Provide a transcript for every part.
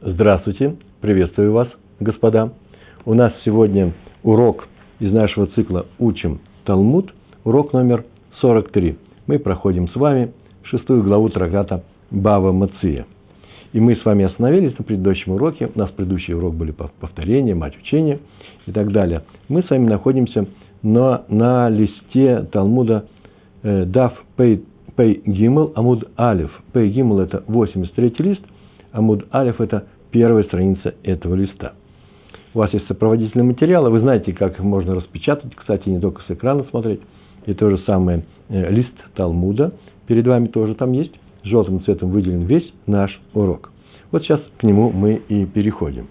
Здравствуйте, приветствую вас, господа. У нас сегодня урок из нашего цикла «Учим Талмуд», урок номер 43. Мы проходим с вами 6 главу трактата Бава Меция. И мы с вами остановились на предыдущем уроке. У нас предыдущий урок были повторения, мать учения и так далее. Мы с вами находимся на листе Талмуда Даф Пей Гимл Амуд Алиф. Пей Гимл – это 83-й лист, Амуд Алиф – это первая страница этого листа. У вас есть сопроводительные материалы, вы знаете, как их можно распечатать, кстати, не только с экрана смотреть. И то же самое лист Талмуда перед вами тоже там есть. Желтым цветом выделен весь наш урок. Вот сейчас к нему мы и переходим.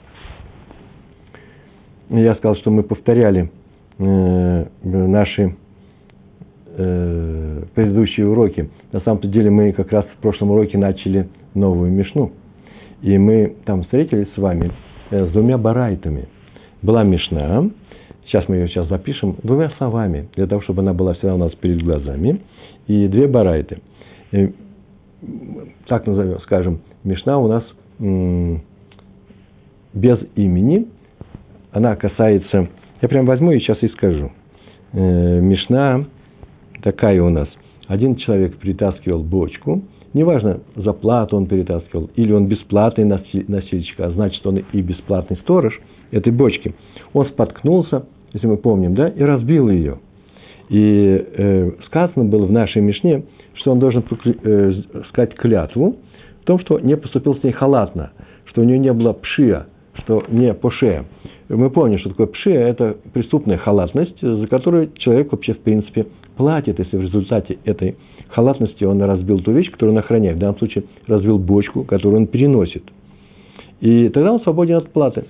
Я сказал, что мы повторяли наши предыдущие уроки. На самом-то деле мы как раз в прошлом уроке начали новую мишну. И мы там встретились с вами с двумя барайтами. Была мишна, сейчас мы ее сейчас запишем, двумя словами, для того, чтобы она была всегда у нас перед глазами. И две барайты. Так назовем, скажем, мишна у нас без имени. Она касается, я прям возьму и сейчас и скажу. Мишна такая у нас. Один человек притаскивал бочку. Неважно, за плату он перетаскивал, или он бесплатный носильщик, а значит, он и бесплатный сторож этой бочки. Он споткнулся, если мы помним, да, и разбил ее. И сказано было в нашей мишне, что он должен сказать клятву в том, что не поступил с ней халатно, что у нее не было пшия, что не поше. Мы помним, что такое пшия – это преступная халатность, за которую человек вообще, в принципе, платит, если в результате этой халатности он разбил ту вещь, которую он охраняет. В данном случае разбил бочку, которую он переносит. И тогда он свободен от платы.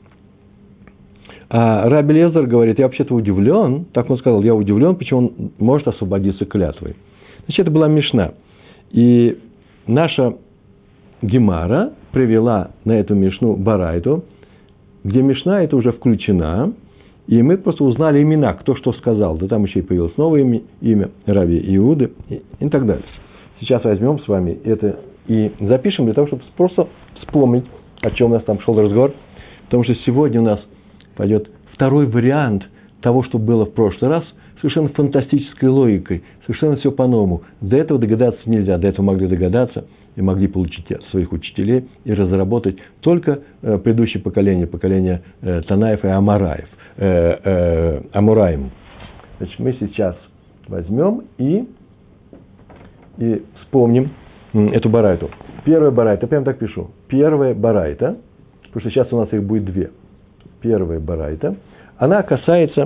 А Раби Элиэзер говорит, я вообще-то удивлен, так он сказал, я удивлен, почему он может освободиться клятвой. Значит, это была мишна. И наша Гемара привела на эту мишну барайту, где мишна это уже включена, и мы просто узнали имена, кто что сказал. Да там еще и появилось новое имя Раби Иуды и так далее. Сейчас возьмем с вами это и запишем для того, чтобы просто вспомнить, о чем у нас там шел разговор. Потому что сегодня у нас пойдет второй вариант того, что было в прошлый раз, совершенно фантастической логикой, совершенно все по-новому. До этого догадаться нельзя, до этого могли догадаться и могли получить от своих учителей и разработать только предыдущее поколение Танаев и Амараев. Амураим. Значит, мы сейчас возьмем и вспомним эту барайту. Первая барайта, я прямо так пишу. Первая барайта, потому что сейчас у нас их будет две. Первая барайта, она касается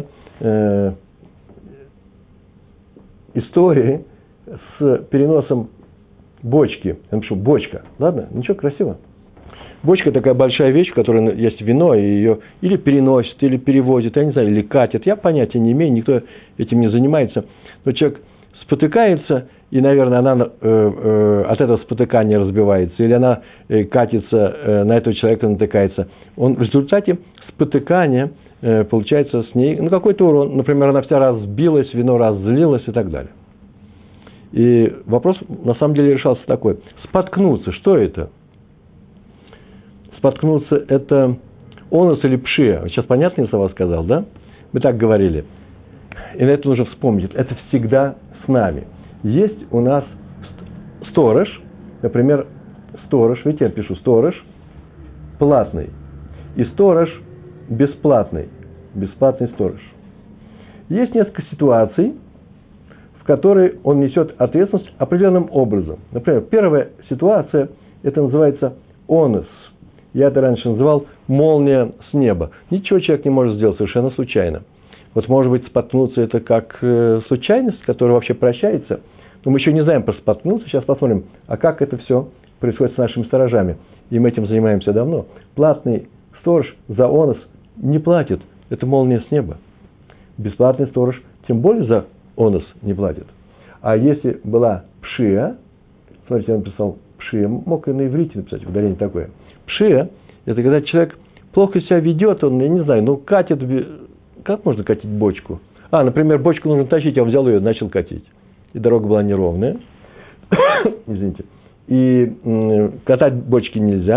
истории с переносом бочки. Я напишу бочка. Ладно? Ничего, красиво. Бочка такая большая вещь, в которой есть вино, и ее или переносят, или перевозят, я не знаю, или катят. Я понятия не имею, никто этим не занимается. Но человек спотыкается, и, наверное, она от этого спотыкания разбивается, или она катится, на этого человека натыкается. Он в результате спотыкания получается с ней какой-то урон. Например, она вся разбилась, вино разлилось и так далее. И вопрос на самом деле решался такой. Споткнуться, что это? Споткнуться – это онос или пшия. Сейчас понятные слова сказал, да? Мы так говорили. И на это нужно вспомнить. Это всегда с нами. Есть у нас сторож, например, сторож, видите, я пишу сторож платный и сторож бесплатный сторож. Есть несколько ситуаций, в которой он несет ответственность определенным образом. Например, первая ситуация, это называется онос. Я это раньше называл молния с неба. Ничего человек не может сделать совершенно случайно. Вот, может быть, споткнуться это как случайность, которая вообще прощается. Но мы еще не знаем про споткнуться. Сейчас посмотрим, а как это все происходит с нашими сторожами. И мы этим занимаемся давно. Платный сторож за онос не платит. Это молния с неба. Бесплатный сторож тем более за онос не платит. А если была пшия, смотрите, я написал пшия, мог и на иврите написать, ударение такое. Пшия – это когда человек плохо себя ведет, он, я не знаю, катит. Как можно катить бочку? Например, бочку нужно тащить, я взял ее, начал катить. И дорога была неровная. Извините. И катать бочки нельзя.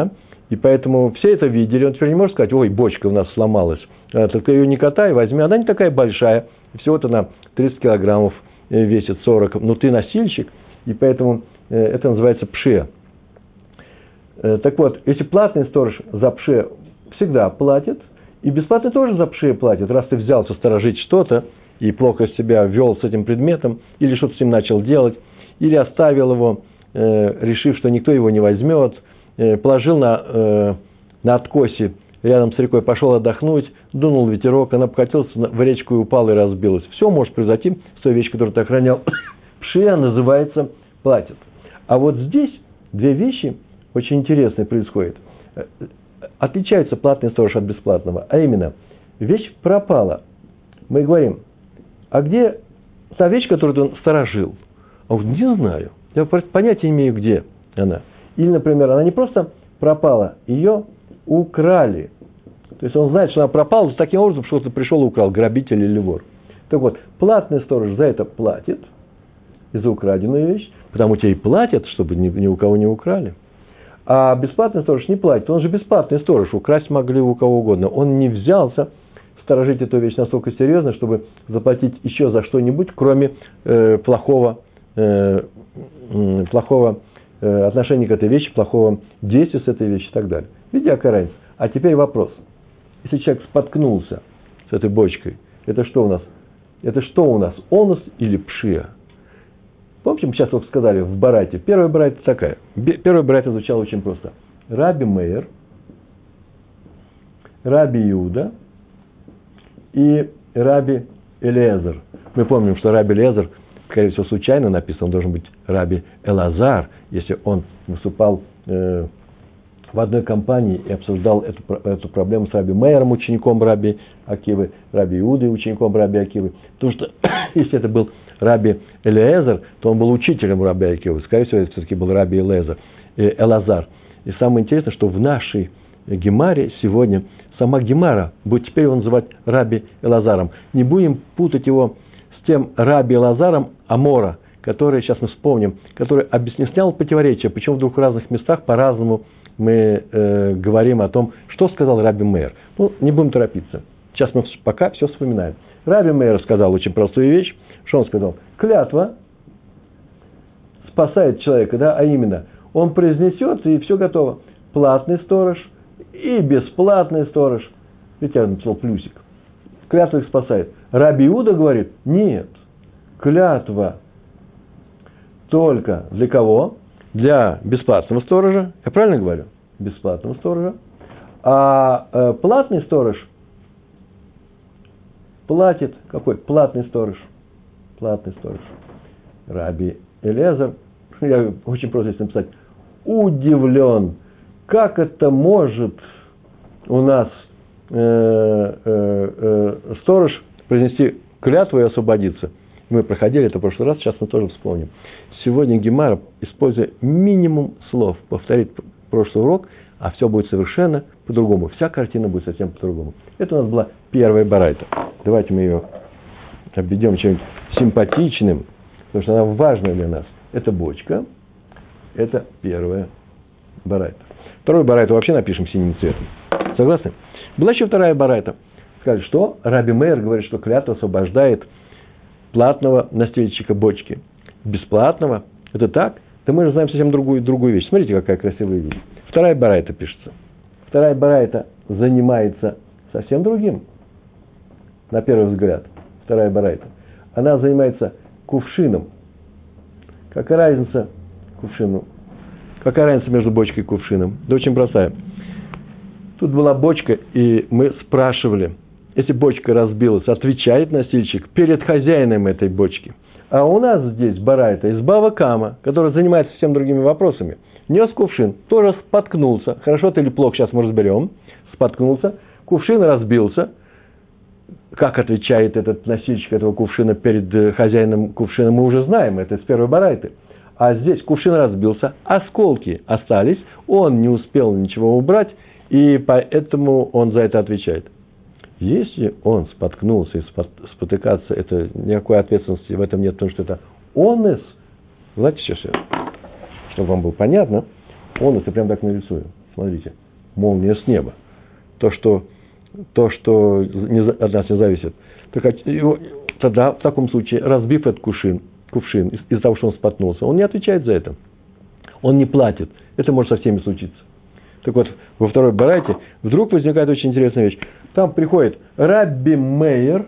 И поэтому все это видели. Он теперь не может сказать: ой, бочка у нас сломалась. Только ее не катай, возьми. Она не такая большая. Всего-то она 30 килограммов весит, 40. Но ты носильщик. И поэтому это называется пше. Так вот, если платный сторож за пше всегда платит, и бесплатный тоже за пше платит. Раз ты взялся сторожить что-то, и плохо себя вел с этим предметом, или что-то с ним начал делать, или оставил его, решив, что никто его не возьмет, положил на откосе рядом с рекой, пошел отдохнуть, дунул ветерок, она покатилась в речку и упала и разбилась. Все может произойти с той вещью, которую ты охранял. Пше называется платит. А вот здесь две вещи очень интересные происходят. Отличается платный сторож от бесплатного. А именно, вещь пропала. Мы говорим: а где та вещь, которую ты сторожил? А он говорит: не знаю. Я понятия не имею, где она. Или, например, она не просто пропала, ее украли. То есть он знает, что она пропала, таким образом, что ты пришел и украл, грабитель или вор. Так вот, платный сторож за это платит, и за украденную вещь, потому что и платят, чтобы ни у кого не украли. А бесплатный сторож не платит, он же бесплатный сторож, украсть могли у кого угодно. Он не взялся сторожить эту вещь настолько серьезно, чтобы заплатить еще за что-нибудь, кроме плохого отношения к этой вещи, плохого действия с этой вещью и так далее. Видите, какая разница? А теперь вопрос. Если человек споткнулся с этой бочкой, это что у нас? Это что у нас? Онус или пшия? Помните, мы сейчас только сказали в барайте. Первая барайта такая. Первая барайта звучала очень просто. Раби Меир, Раби Иуда и Раби Элиэзер. Мы помним, что Раби Элиэзер, скорее всего, случайно написан, он должен быть Раби Элазар, если он выступал в одной компании и обсуждал эту проблему с Раби Меиром, учеником Раби Акивы, Раби Иудой, учеником Раби Акивы. Потому что, если это был Раби Элиэзер, то он был учителем Раби Акивы. Скорее всего, это все-таки был Раби Элазар. И самое интересное, что в нашей Гемаре сегодня сама Гемара будет теперь его называть Раби Элазаром. Не будем путать его с тем Раби Элазаром Амора, который, сейчас мы вспомним, который объяснял противоречия, причем в двух разных местах по-разному мы говорим о том, что сказал Раби Меир. Ну, не будем торопиться. Сейчас мы пока все вспоминаем. Раби Меир сказал очень простую вещь. Что он сказал? Клятва спасает человека, да, а именно, он произнесет, и все готово. Платный сторож и бесплатный сторож. Видите, я написал плюсик. Клятва их спасает. Раби Иуда говорит: нет, клятва только для кого? Для бесплатного сторожа. Я правильно говорю? Бесплатного сторожа. А платный сторож платит. Какой? Платный сторож. Платный сторож. Раби Элиэзер. Я очень просто здесь написать. Удивлен. Как это может у нас сторож произнести клятву и освободиться? Мы проходили это в прошлый раз, сейчас мы тоже вспомним. Сегодня Гемара, используя минимум слов, повторит прошлый урок, а все будет совершенно по-другому. Вся картина будет совсем по-другому. Это у нас была первая барайта. Давайте мы ее обведем чем-нибудь симпатичным, потому что она важная для нас. Это бочка. Это первая барайта. Вторую барайту вообще напишем синим цветом. Согласны? Была еще вторая барайта. Сказали, что Раби Меир говорит, что клятва освобождает платного носильщика бочки. Бесплатного. Это так? Да мы же знаем совсем другую вещь. Смотрите, какая красивая вещь. Вторая барайта пишется. Вторая барайта занимается совсем другим. На первый взгляд. Вторая барайта. Она занимается кувшином. Какая разница кувшину? Какая разница между бочкой и кувшином? Да очень простая. Тут была бочка, и мы спрашивали, если бочка разбилась, отвечает носильщик перед хозяином этой бочки. А у нас здесь барайта из Бава Кама, который занимается совсем другими вопросами. Нес кувшин, тоже споткнулся. Хорошо это или плохо, сейчас мы разберем. Споткнулся, кувшин разбился. Как отвечает этот носильщик этого кувшина перед хозяином кувшина, мы уже знаем, это из первой барайты. А здесь кувшин разбился, осколки остались, он не успел ничего убрать, и поэтому он за это отвечает. Если он споткнулся и спотыкаться, это никакой ответственности в этом нет, потому что это онес. Знаете, сейчас, чтобы вам было понятно, онес, я прям так нарисую. Смотрите. молния с неба. То, что от нас не зависит. Так, тогда, в таком случае, разбив этот кувшин из-за того, что он споткнулся, он не отвечает за это. Он не платит. Это может со всеми случиться. Так вот, во второй барайте вдруг возникает очень интересная вещь. Там приходит Рабби Меир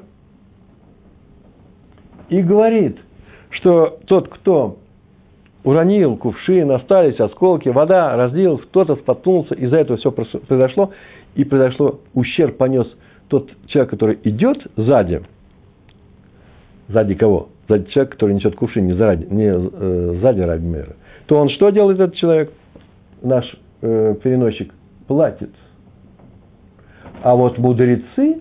и говорит, что тот, кто уронил кувшин, остались осколки, вода разлилась, кто-то споткнулся, из-за этого все произошло, и ущерб понес тот человек, который идет сзади. Сзади кого? Сзади человека, который несет кувшин, не сзади Рабби Меира. То он что делает, этот человек? Наш переносчик платит. А вот мудрецы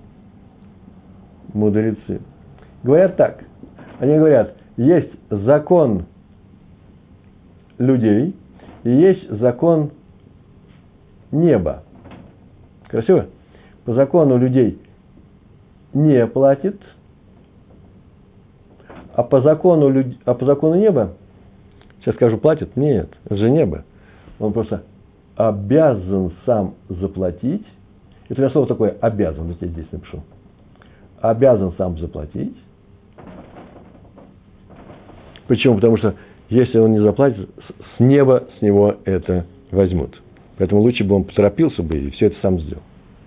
говорят так. Они говорят, есть закон людей и есть закон неба. Красиво? По закону людей не платит, а по закону неба, сейчас скажу, платит? Нет, это же небо. Он просто обязан сам заплатить. Это слово такое «обязан», вот я здесь напишу. Обязан сам заплатить. Почему? Потому что если он не заплатит, с неба с него это возьмут. Поэтому лучше бы он поторопился бы и все это сам сделал.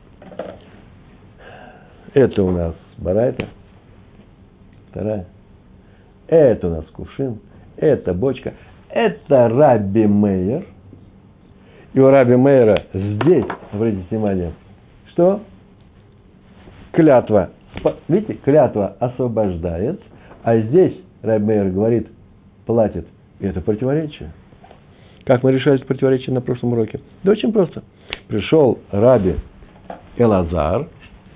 Это у нас барайта. Вторая. Это у нас кувшин. Это бочка. Это Рабби Меир. И у Рабби Меира здесь, обратите внимание, что клятва, видите, клятва освобождает, а здесь Рабби Меир говорит, платит. И это противоречие. Как мы решали это противоречие на прошлом уроке? Да очень просто. Пришел Раби Элазар,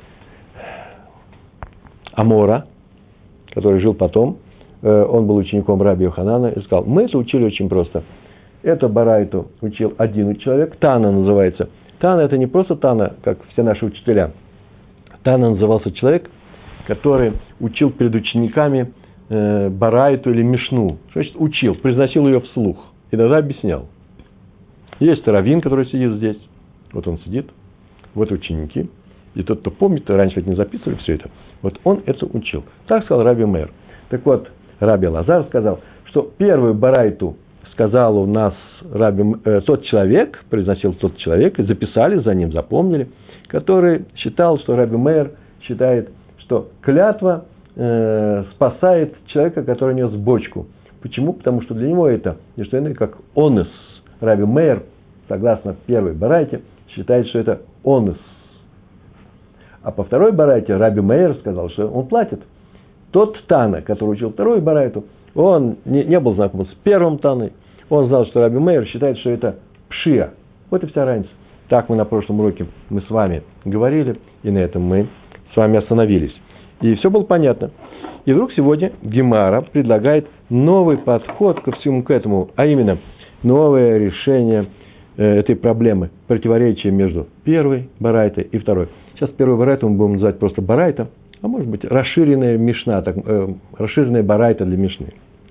Амора, который жил потом, он был учеником Раби Йоханана, и сказал, мы это учили очень просто. Это барайту учил один человек, Тана называется. Тана – это не просто Тана, как все наши учителя. Тана назывался человек, который учил перед учениками барайту или мишну. Значит, учил, произносил ее вслух. И даже объяснял. Есть раввин, который сидит здесь. Вот он сидит. Вот ученики. И тот, кто помнит, раньше ведь не записывали все это. Вот он это учил. Так сказал Рабби Меир. Так вот, Раби Элазар сказал, что первую барайту сказал у нас тот человек, произносил тот человек, и записали за ним, запомнили, который считал, что Рабби Меир считает, что клятва спасает человека, который нес бочку. Почему? Потому что для него это не что иное, как онес. Рабби Меир, согласно первой барайте, считает, что это онес. А по второй барайте Рабби Меир сказал, что он платит. Тот Тана, который учил вторую барайту, он не был знаком с первым Таной. Он знал, что Рабби Меир считает, что это пшия. Вот и вся разница. Так мы на прошлом уроке мы с вами говорили, и на этом мы с вами остановились. И все было понятно. И вдруг сегодня Гемара предлагает новый подход ко всему к этому, а именно новое решение этой проблемы, противоречия между первой барайтой и второй. Сейчас первую барайту мы будем называть просто барайта, а может быть расширенная мишна, расширенная барайта для мишны.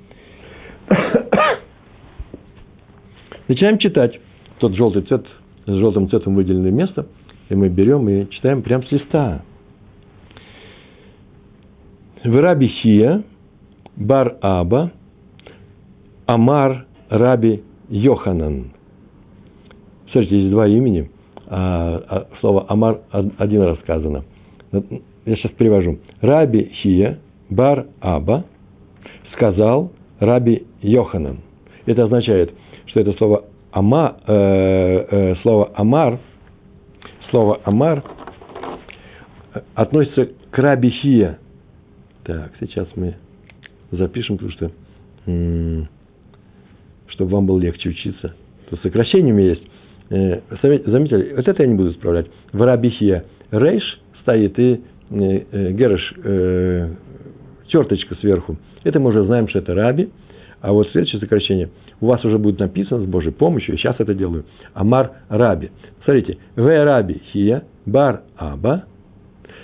Начинаем читать. Тот желтый цвет, с желтым цветом выделенное место, и мы берем и читаем прямо с листа. Раби Хия, бар Аба, Амар Раби Йоханан. Смотрите, здесь два имени, а слово Амар один раз сказано. Я сейчас перевожу. Раби Хия, бар Аба, сказал Раби Йоханан. Это означает, что это слово Амар относится к Раби Хия. Так, сейчас мы запишем, потому что, чтобы вам было легче учиться. То сокращение у меня есть. Заметили, вот это я не буду исправлять. В Раби Хия рейш стоит и гереш, черточка сверху. Это мы уже знаем, что это Раби. А вот следующее сокращение у вас уже будет написано с Божьей помощью. Я сейчас это делаю. Амар Раби. Смотрите. В Раби Хия бар Аба.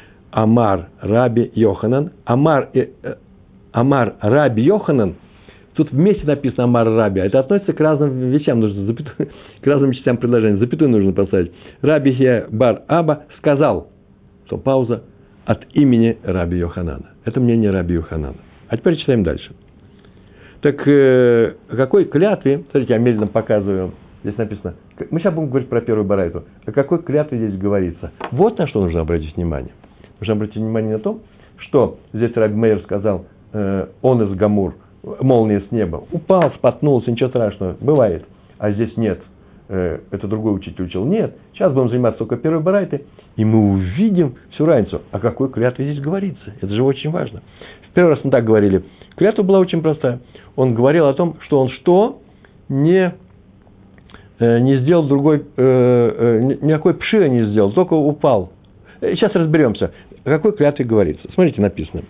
Амар Раби Йоханан. Амар Раби Йоханан Тут вместе написано Амар Раби, а это относится к разным вещам, нужно к разным частям предложения. Запятую нужно поставить. Раби Хия бар Аба сказал, то пауза, от имени Раби Йоханана. Это мнение Раби Йоханана. А теперь читаем дальше. Так о какой клятве, смотрите, я медленно показываю, здесь написано, мы сейчас будем говорить про первую барайту, о какой клятве здесь говорится. Вот на что нужно обратить внимание. Нужно обратить внимание на то, что здесь Раби Мейер сказал, он из Гамур, молния с неба, упал, споткнулся, ничего страшного, бывает. А здесь нет, это другой учитель учил. Нет, сейчас будем заниматься только первой барайтой, и мы увидим всю разницу. О какой клятве здесь говорится. Это же очень важно. В первый раз мы так говорили. Клятва была очень простая. Он говорил о том, что он не сделал другой, никакой пши не сделал, только упал. Сейчас разберемся, о какой клятве говорится. Смотрите, написано.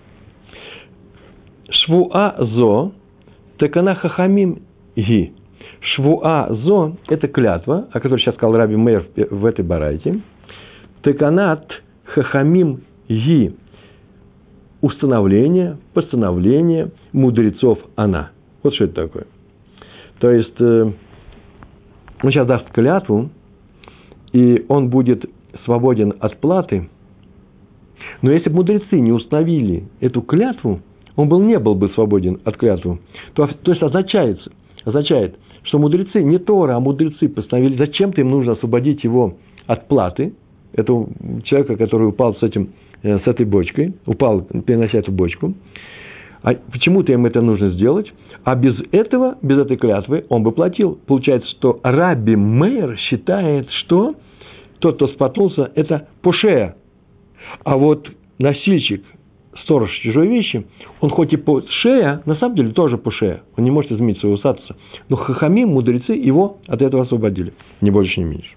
Швуа зо, текана хахамим ги. Швуа зо – это клятва, о которой сейчас сказал Раби Мейер в этой барайте. Теканат хахамим ги. Установление, постановление мудрецов она. Вот что это такое. То есть, он сейчас даст клятву, и он будет свободен от платы. Но если бы мудрецы не установили эту клятву, он не был бы свободен от клятвы. То есть, означает, что мудрецы, не Тора, а мудрецы постановили, зачем-то им нужно освободить его от платы, этого человека, который упал с этой бочкой, упал, перенося эту бочку. А почему-то им это нужно сделать, а без этой клятвы он бы платил. Получается, что Раби Мейер считает, что тот, кто споткнулся, это пошея. А вот носильщик, сторож чужой вещи, он хоть и пошея, на самом деле тоже пошея. Он не может изменить своего статуса. Но хахамим, мудрецы, его от этого освободили. Ни больше, ни меньше.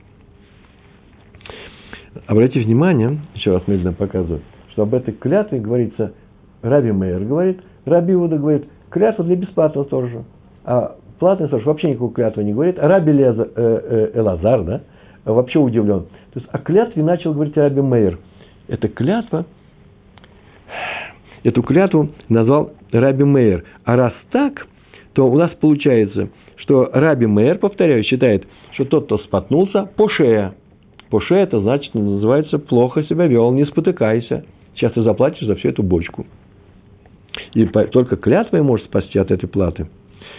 Обратите внимание, еще раз медленно показываю, что об этой клятве говорится, Раби Мейер говорит, Раби Иуда говорит, клятва для бесплатного сторожа. А платный сторож вообще никакой клятвы не говорит. А Раби Элазар, да, вообще удивлен. То есть о клятве начал говорить Раби Мейер. Эту клятву назвал Раби Мейер. А раз так, то у нас получается, что Раби Мейер, повторяю, считает, что тот, кто споткнулся, пошея. Пошея, это значит, называется, плохо себя вел, не спотыкайся. Сейчас ты заплатишь за всю эту бочку. И только клятва может спасти от этой платы.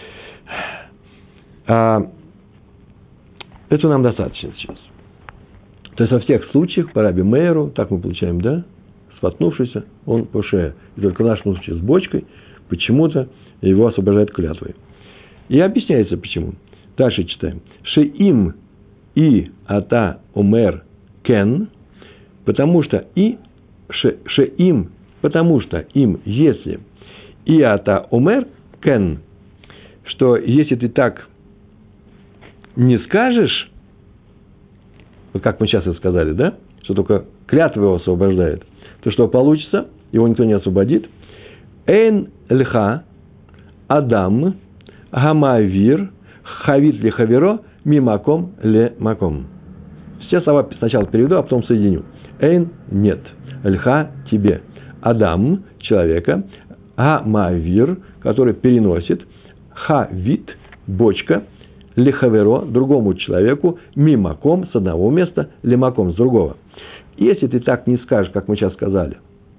А это нам достаточно сейчас. То есть во всех случаях по Раби Мейеру, так мы получаем, да, споткнувшийся, он пошея. И только в нашем случае с бочкой почему-то его освобождает клятвой. И объясняется почему. Дальше читаем. Шеим и ата омер кен, потому что шеим, потому что им, если и ата омер кен, что если ты так не скажешь, вот как мы сейчас и сказали, да, что только клятва его освобождает, то что получится? Его никто не освободит. Эйн льха адам гамавир хавит ли хаверо мимаком ле маком. Все слова сначала переведу, а потом соединю. Эйн – нет. Льха – тебе. Адам – человека. Гамавир, который переносит. Хавит – бочка. Лехаверо – другому человеку. Мимаком – с одного места. Лемаком – с другого. Если ты так не скажешь, как мы сейчас сказали.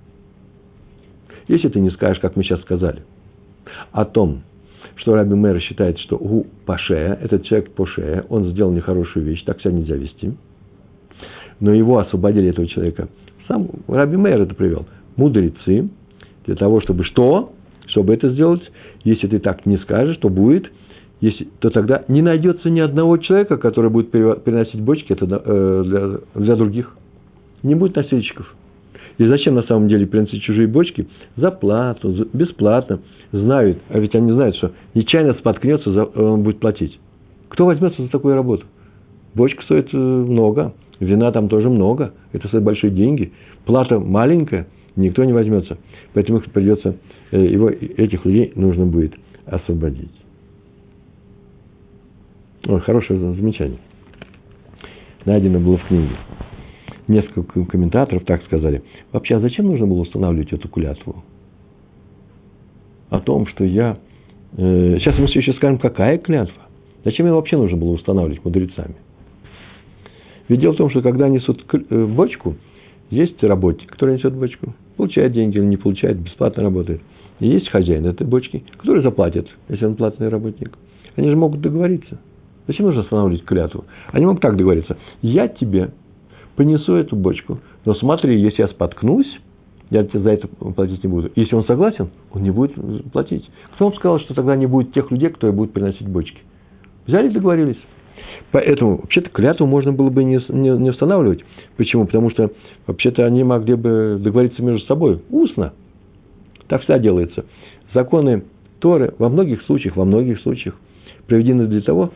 Если ты не скажешь, как мы сейчас сказали, о том, что Раби Мейер считает, что у пашея, этот человек пошея, он сделал нехорошую вещь, так себя нельзя вести. Но его освободили, этого человека. Сам Раби Мейер это привел. Мудрецы, для того, чтобы что? Чтобы это сделать, если ты так не скажешь, то будет, то тогда не найдется ни одного человека, который будет переносить бочки для других. Не будет носильщиков. И зачем на самом деле приносить чужие бочки? За плату, бесплатно. Знают, а ведь они знают, что нечаянно споткнется, он будет платить. Кто возьмется за такую работу? Бочка стоит много, вина там тоже много, это стоит большие деньги. Плата маленькая, никто не возьмется. Поэтому их придется, этих людей нужно будет освободить. Хорошее замечание. Найдено было в книге. Несколько комментаторов так сказали. Вообще, а зачем нужно было устанавливать эту клятву? О том, что я Сейчас мы еще скажем, какая клятва. Зачем ее вообще нужно было устанавливать мудрецами? Ведь дело в том, что когда несут бочку, есть работник, который несет бочку, получает деньги или не получает, бесплатно работает. И есть хозяин этой бочки, который заплатит, если он платный работник. Они же могут договориться. Зачем нужно устанавливать клятву? Они могут так договориться. Я тебе понесу эту бочку, но смотри, если я споткнусь, я тебе за это платить не буду. Если он согласен, он не будет платить. Кто вам сказал, что тогда не будет тех людей, которые будут приносить бочки? Взяли и договорились. Поэтому, вообще-то, клятву можно было бы не устанавливать. Почему? Потому что, вообще-то, они могли бы договориться между собой устно. Так всегда делается. Законы Торы во многих случаях приведены для того,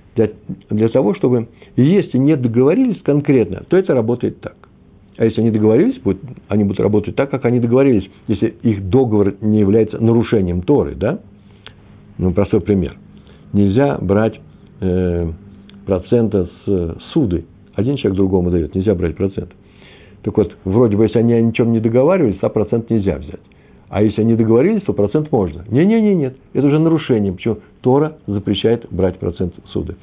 чтобы, если не договорились конкретно, то это работает так. А если они договорились, они будут работать так, как они договорились, если их договор не является нарушением Торы, да? Ну, простой пример. Нельзя брать процента с суды. Один человек другому дает, нельзя брать процент. Так вот, вроде бы, если они о ничем не договаривались, то процент нельзя взять. А если они договорились, то процент можно. Нет. Это уже нарушение. Почему? Тора запрещает брать процент суды.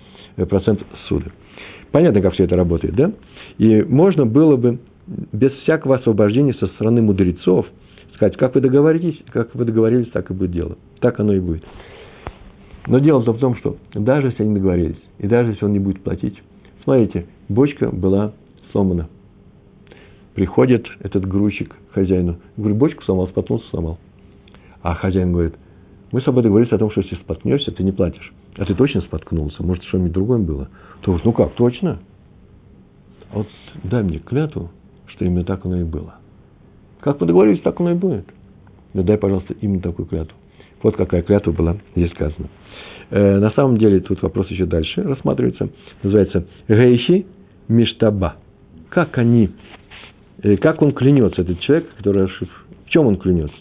Понятно, как все это работает, да? И можно было бы без всякого освобождения со стороны мудрецов сказать, как вы договорились, так и будет дело. Так оно и будет. Но дело в том, что даже если они договорились, и даже если он не будет платить, смотрите, бочка была сломана. Приходит этот грузчик к хозяину. Говорит, бочку сломал, споткнулся, сломал. А хозяин говорит, мы с тобой договорились о том, что если споткнешься, ты не платишь. А ты точно споткнулся? Может, что-нибудь другое было? То говорит, ну как, точно? А вот дай мне клятву, что именно так оно и было. Как мы договорились, так оно и будет. Но дай, пожалуйста, именно такую клятву. Вот какая клятва была здесь сказана. На самом деле, тут вопрос еще дальше рассматривается. Называется «Гейхи Миштаба». Как он клянется, этот человек, который ошиб? В чем он клянется?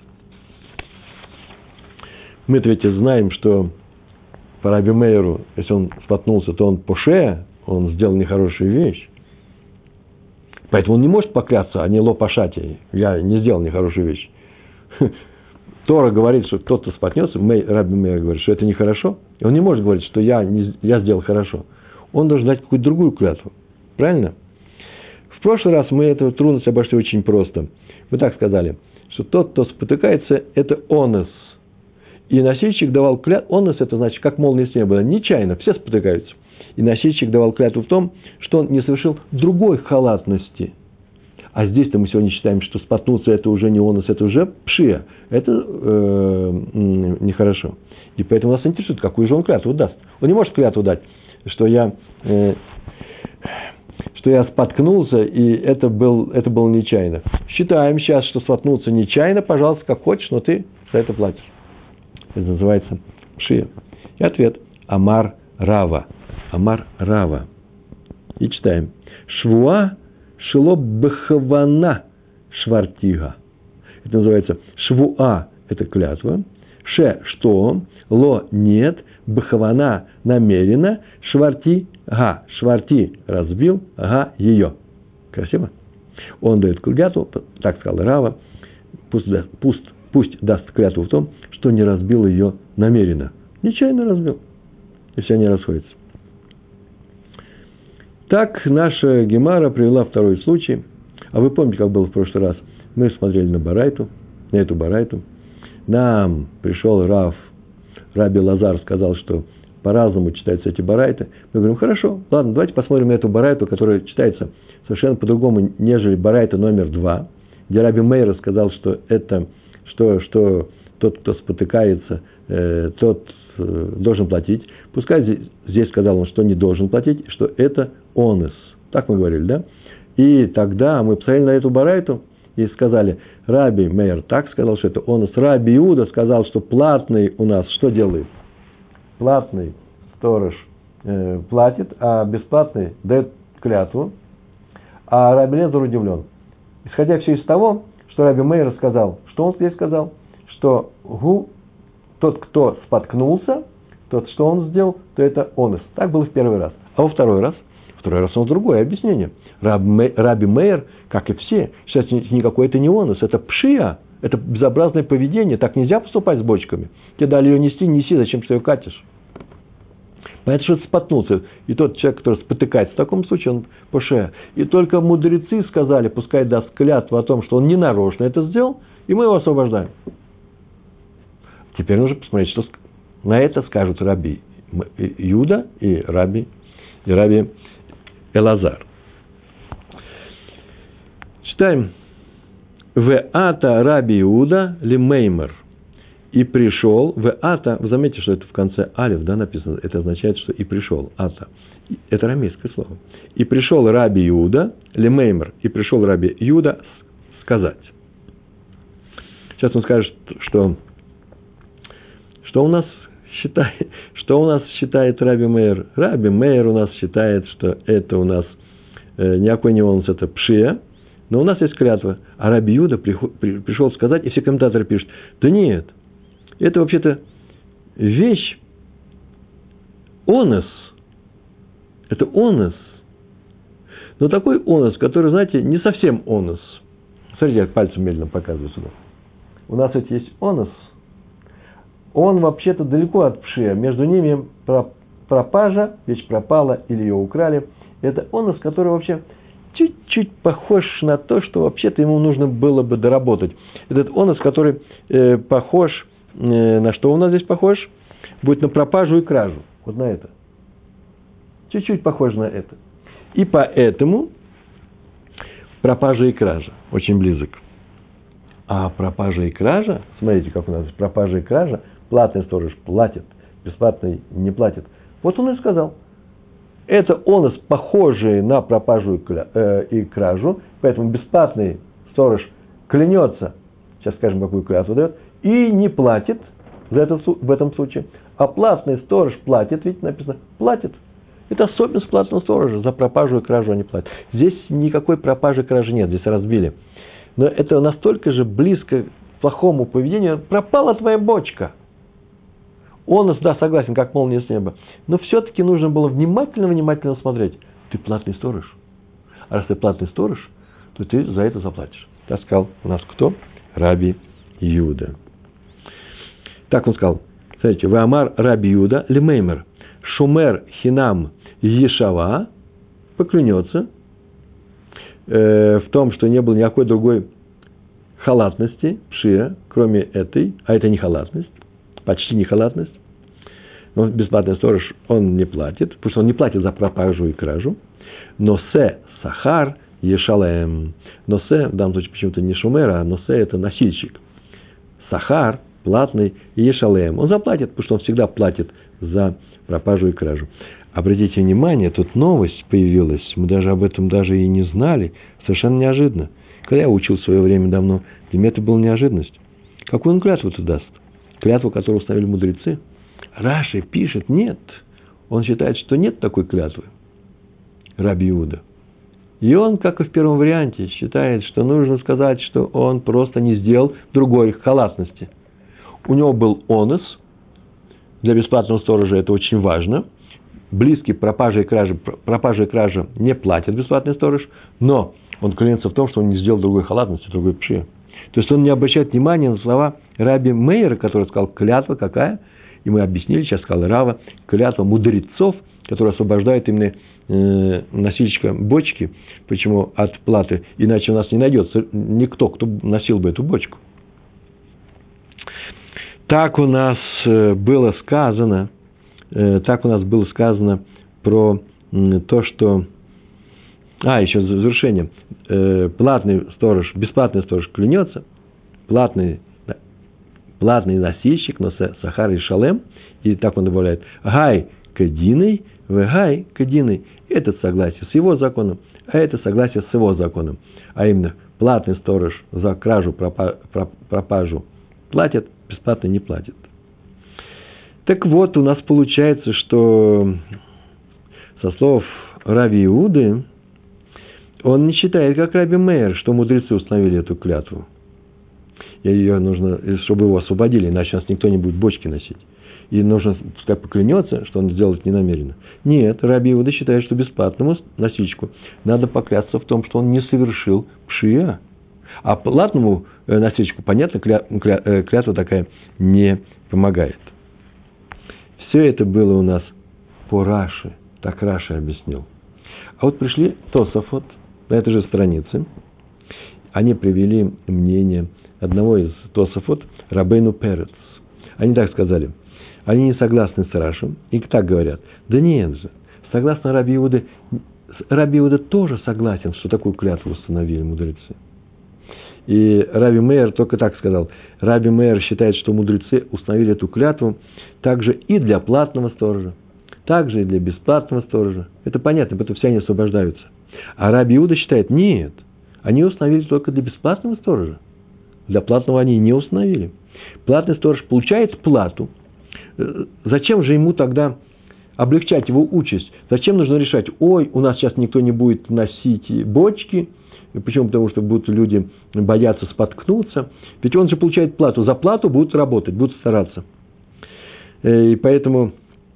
Мы-то ведь знаем, что по Раби Мейеру, если он споткнулся, то он поше, он сделал нехорошую вещь. Поэтому он не может поклясться, а не лопашати. Я не сделал нехорошую вещь. Тора говорит, что кто-то споткнется, Раби Мейер говорит, что это нехорошо. И он не может говорить, что я сделал хорошо. Он должен дать какую-то другую клятву. Правильно? В прошлый раз мы эту трудность обошли очень просто. Мы так сказали, что тот, кто спотыкается, это онес. И носильщик давал клятву. Онес – это значит, как молния с неба. Нечаянно, все спотыкаются. И носильщик давал клятву в том, что он не совершил другой халатности. А здесь-то мы сегодня считаем, что споткнуться – это уже не онес, это уже пшия. Это нехорошо. И поэтому нас интересует, какую же он клятву даст. Он не может клятву дать, что я споткнулся, и это было нечаянно. Считаем сейчас, что споткнулся нечаянно, пожалуйста, как хочешь, но ты за это платишь. Это называется пшия. И ответ – Амар Рава. Амар Рава. И читаем. Швуа шило бхавана швартига. Это называется швуа – это клятва. Ше – что? Ло – нет. Бхавана – намеренно. Шварти – га. Шварти – разбил. Га – ее. Красиво? Он дает клятву, так сказал Рава, пусть даст клятву в том, что не разбил ее намеренно. Нечаянно разбил. И все они расходятся. Так наша Гемара привела второй случай. А вы помните, как было в прошлый раз? Мы смотрели на эту барайту. Нам пришел Раби Лазар, сказал, что по-разному читаются эти барайты. Мы говорим, хорошо, ладно, давайте посмотрим на эту барайту, которая читается совершенно по-другому, нежели барайта номер 2, где Раби Мейер сказал, что что тот, кто спотыкается, тот должен платить. Пускай здесь сказал он, что не должен платить, что это онес. Так мы говорили, да? И тогда мы посмотрели на эту барайту и сказали, Раби Мейер так сказал, что это онес. Раби Иуда сказал, что платный у нас что делает? Платный сторож платит, а бесплатный дает клятву. А Раби Лезер удивлен. Исходя все из того, что Раби Мейер сказал, что он здесь сказал? Что тот, кто споткнулся, тот, что он сделал, то это онес. Так было в первый раз. А во второй раз у нас другое объяснение. Раби Мейер, как и все, сейчас никакой это не онес, это пшия. Это безобразное поведение. Так нельзя поступать с бочками. Тебе дали ее нести, неси, зачем ты ее катишь? Понятно, что это споткнулся. И тот человек, который спотыкается, в таком случае он поше. И только мудрецы сказали, пускай даст клятву о том, что он ненарочно это сделал, и мы его освобождаем. Теперь нужно посмотреть, что на это скажут раби Иуда и раби Элазар. Читаем. «Веата раби Иуда лимеймер». И пришел, вы заметьте, что это в конце алиф, да, написано, это означает, что и пришел, ата. Это арамейское слово. И пришел раби Иуда, лемеймер, и пришел раби Иуда сказать. Сейчас он скажет, что у нас считает раби Мейер. Раби Мейер у нас считает, что это у нас никакой не онус, это пшия, но у нас есть клятва. А раби Иуда пришел сказать, и все комментаторы пишут, да нет, это вообще-то вещь, онос. Это онос. Но такой онос, который, знаете, не совсем онос. Смотрите, я пальцем медленно показываю сюда. У нас ведь есть онос. Он вообще-то далеко от пшия. Между ними пропажа, вещь пропала или ее украли. Это онос, который вообще чуть-чуть похож на то, что вообще-то ему нужно было бы доработать. Этот онос, который похож. На что у нас здесь похож? Будет на пропажу и кражу. Вот на это. Чуть-чуть похож на это. И поэтому пропажа и кража. Очень близок. А пропажа и кража, смотрите, как у нас пропажа и кража, платный сторож платит, бесплатный не платит. Вот он и сказал. Это онос, похожий на пропажу и кражу, поэтому бесплатный сторож клянется, сейчас скажем, какую клятву дает, и не платит за это, в этом случае. А платный сторож платит, видите, написано, платит. Это особенность платного сторожа. За пропажу и кражу они платят. Здесь никакой пропажи и кражи нет, здесь разбили. Но это настолько же близко к плохому поведению. Пропала твоя бочка. Он, да, согласен, как молния с неба. Но все-таки нужно было внимательно смотреть. Ты платный сторож. А раз ты платный сторож, то ты за это заплатишь. Так сказал у нас кто? Раби Иуда. Так он сказал, смотрите, «Ваамар раби Иуда лемеймер, шумер хинам ешава», поклянется в том, что не было никакой другой халатности, пшия, кроме этой, а это не халатность, почти не халатность. Но бесплатный сторож, он не платит, потому что он не платит за пропажу и кражу. Но се сахар ешалем. Но се, в данном случае почему-то не шумер, а но се это носильщик. Сахар, платный, и ешалем. Он заплатит, потому что он всегда платит за пропажу и кражу. Обратите внимание, тут новость появилась, мы даже об этом даже и не знали, совершенно неожиданно. Когда я учил в свое время давно, для меня это была неожиданность. Какую он клятву-то даст? Клятву, которую установили мудрецы? Раши пишет, нет. Он считает, что нет такой клятвы. Раби Иуда. И он, как и в первом варианте, считает, что нужно сказать, что он просто не сделал другой халатности. У него был онос. Для бесплатного сторожа это очень важно. Близкий пропажа и кража не платит бесплатный сторож, но он клянется в том, что он не сделал другой халатности, другой пши. То есть он не обращает внимания на слова раби Мейера, который сказал, клятва какая? И мы объяснили, сейчас сказал Рава, клятва мудрецов, который освобождает именно носильщика бочки. Почему? От платы. Иначе у нас не найдется никто, кто носил бы эту бочку. Так у нас было сказано про то, что... еще завершение. Бесплатный сторож клянется, платный носильщик, но сахар и шалем, и так он добавляет, гай кадиной, гай кадиной. Это согласие с его законом, а это согласие с его законом. А именно, платный сторож за кражу, пропажу платит, бесплатно не платит. Так вот, у нас получается, что со слов раби Иуды, он не считает, как раби Мейер, что мудрецы установили эту клятву. И ее нужно, чтобы его освободили, иначе у нас никто не будет бочки носить. И нужно, пускай поклянется, что он сделает ненамеренно. Нет, раби Иуда считает, что бесплатному носильщику надо поклясться в том, что он не совершил пшия. А платному носильщику, понятно, клятва такая не помогает. Все это было у нас по Раши. Так Раши объяснил. А вот пришли Тосафот на этой же странице. Они привели мнение одного из Тосафот, Рабейну Перец. Они так сказали. Они не согласны с Рашем. И так говорят. Да нет же. Согласно Раби Иуда тоже согласен, что такую клятву установили мудрецы. И Раби Меир только так сказал. Раби Меир считает, что мудрецы установили эту клятву также и для платного сторожа, также и для бесплатного сторожа. Это понятно, потому что все они освобождаются. А Раби Иуда считает, нет, они установили только для бесплатного сторожа. Для платного они не установили. Платный сторож получает плату. Зачем же ему тогда облегчать его участь? Зачем нужно решать, ой, у нас сейчас никто не будет носить бочки. Почему? Потому что будут люди бояться споткнуться. Ведь он же получает плату. За плату будут работать, будут стараться. И поэтому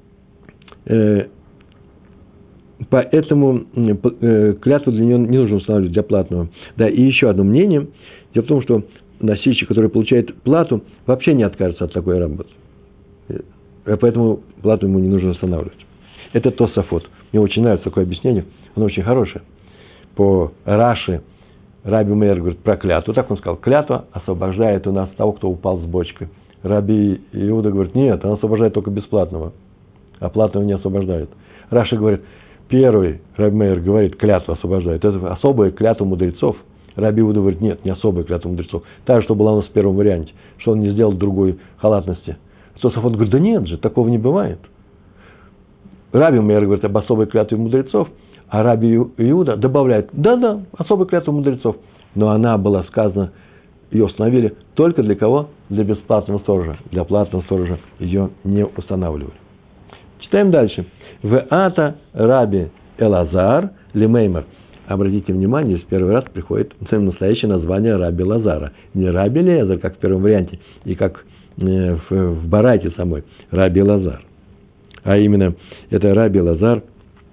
клятву для него не нужно устанавливать для платного. Да, и еще одно мнение. Дело в том, что носильщик, который получает плату, вообще не откажется от такой работы. Поэтому плату ему не нужно устанавливать. Это Тосафот. Мне очень нравится такое объяснение. Оно очень хорошее. По Раши Раби Меир говорит про клятву. Так он сказал. Клятва освобождает у нас того, кто упал с бочкой. Раби Иуда говорит, нет, она освобождает только бесплатного. А платного не освобождает. Раши говорит, первый Раби Меир говорит, клятва освобождает. Это особая клятва мудрецов. Раби Иуда говорит, нет, не особая клятва мудрецов. Та же, что была у нас в первом варианте. Что он не сделал другой халатности. Тосафот говорит, да нет же, такого не бывает. Раби Меир говорит об особой клятве мудрецов. А Раби Иуда добавляет, да, особая клятва мудрецов. Но она была сказана, ее установили только для кого? Для бесплатного сторожа. Для платного сторожа ее не устанавливали. Читаем дальше. Веата Раби Элазар Лемеймар. Обратите внимание, здесь первый раз приходит настоящее название Раби Лазара. Не Раби Лезар, как в первом варианте, и как в Барайте самой. Раби Лазар. А именно, это Раби Лазар,